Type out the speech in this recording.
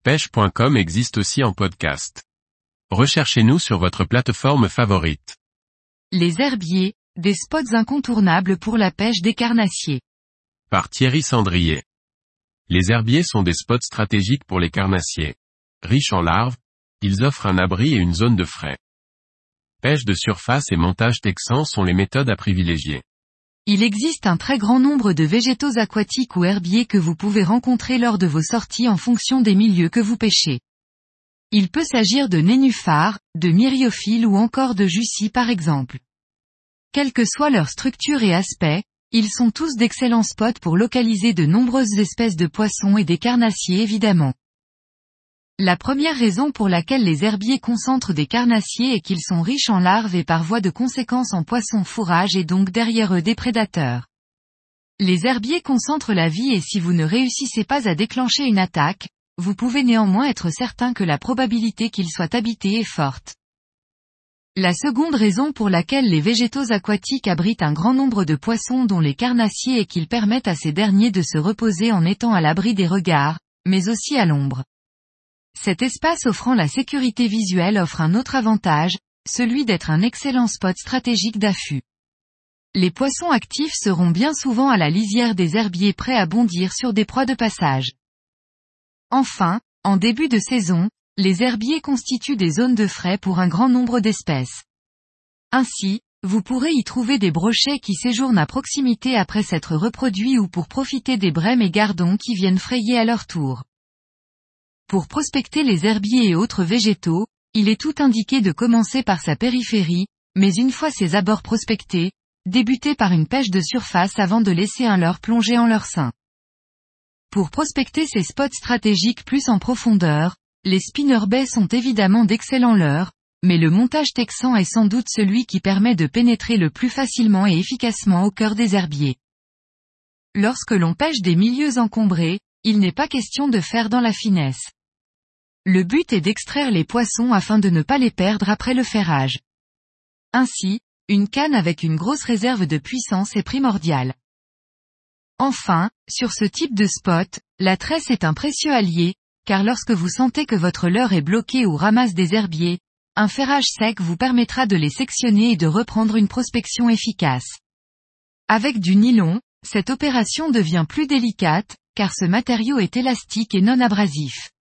pêche.com existe aussi en podcast. Recherchez-nous sur votre plateforme favorite. Les herbiers, des spots incontournables pour la pêche des carnassiers. Par Thierry Sandrier. Les herbiers sont des spots stratégiques pour les carnassiers. Riches en larves, ils offrent un abri et une zone de frai. Pêche de surface et montage texan sont les méthodes à privilégier. Il existe un très grand nombre de végétaux aquatiques ou herbiers que vous pouvez rencontrer lors de vos sorties en fonction des milieux que vous pêchez. Il peut s'agir de nénuphars, de myriophiles ou encore de jussis par exemple. Quelle que soit leur structure et aspect, ils sont tous d'excellents spots pour localiser de nombreuses espèces de poissons et des carnassiers évidemment. La première raison pour laquelle les herbiers concentrent des carnassiers est qu'ils sont riches en larves et par voie de conséquence en poissons fourrage et donc derrière eux des prédateurs. Les herbiers concentrent la vie et si vous ne réussissez pas à déclencher une attaque, vous pouvez néanmoins être certain que la probabilité qu'ils soient habités est forte. La seconde raison pour laquelle les végétaux aquatiques abritent un grand nombre de poissons dont les carnassiers est qu'ils permettent à ces derniers de se reposer en étant à l'abri des regards, mais aussi à l'ombre. Cet espace offrant la sécurité visuelle offre un autre avantage, celui d'être un excellent spot stratégique d'affût. Les poissons actifs seront bien souvent à la lisière des herbiers prêts à bondir sur des proies de passage. Enfin, en début de saison, les herbiers constituent des zones de frai pour un grand nombre d'espèces. Ainsi, vous pourrez y trouver des brochets qui séjournent à proximité après s'être reproduits ou pour profiter des brèmes et gardons qui viennent frayer à leur tour. Pour prospecter les herbiers et autres végétaux, il est tout indiqué de commencer par sa périphérie, mais une fois ses abords prospectés, débuter par une pêche de surface avant de laisser un leurre plonger en leur sein. Pour prospecter ces spots stratégiques plus en profondeur, les spinnerbaits sont évidemment d'excellents leurres, mais le montage texan est sans doute celui qui permet de pénétrer le plus facilement et efficacement au cœur des herbiers. Lorsque l'on pêche des milieux encombrés, il n'est pas question de faire dans la finesse. Le but est d'extraire les poissons afin de ne pas les perdre après le ferrage. Ainsi, une canne avec une grosse réserve de puissance est primordiale. Enfin, sur ce type de spot, la tresse est un précieux allié, car lorsque vous sentez que votre leurre est bloqué ou ramasse des herbiers, un ferrage sec vous permettra de les sectionner et de reprendre une prospection efficace. Avec du nylon, cette opération devient plus délicate, car ce matériau est élastique et non abrasif.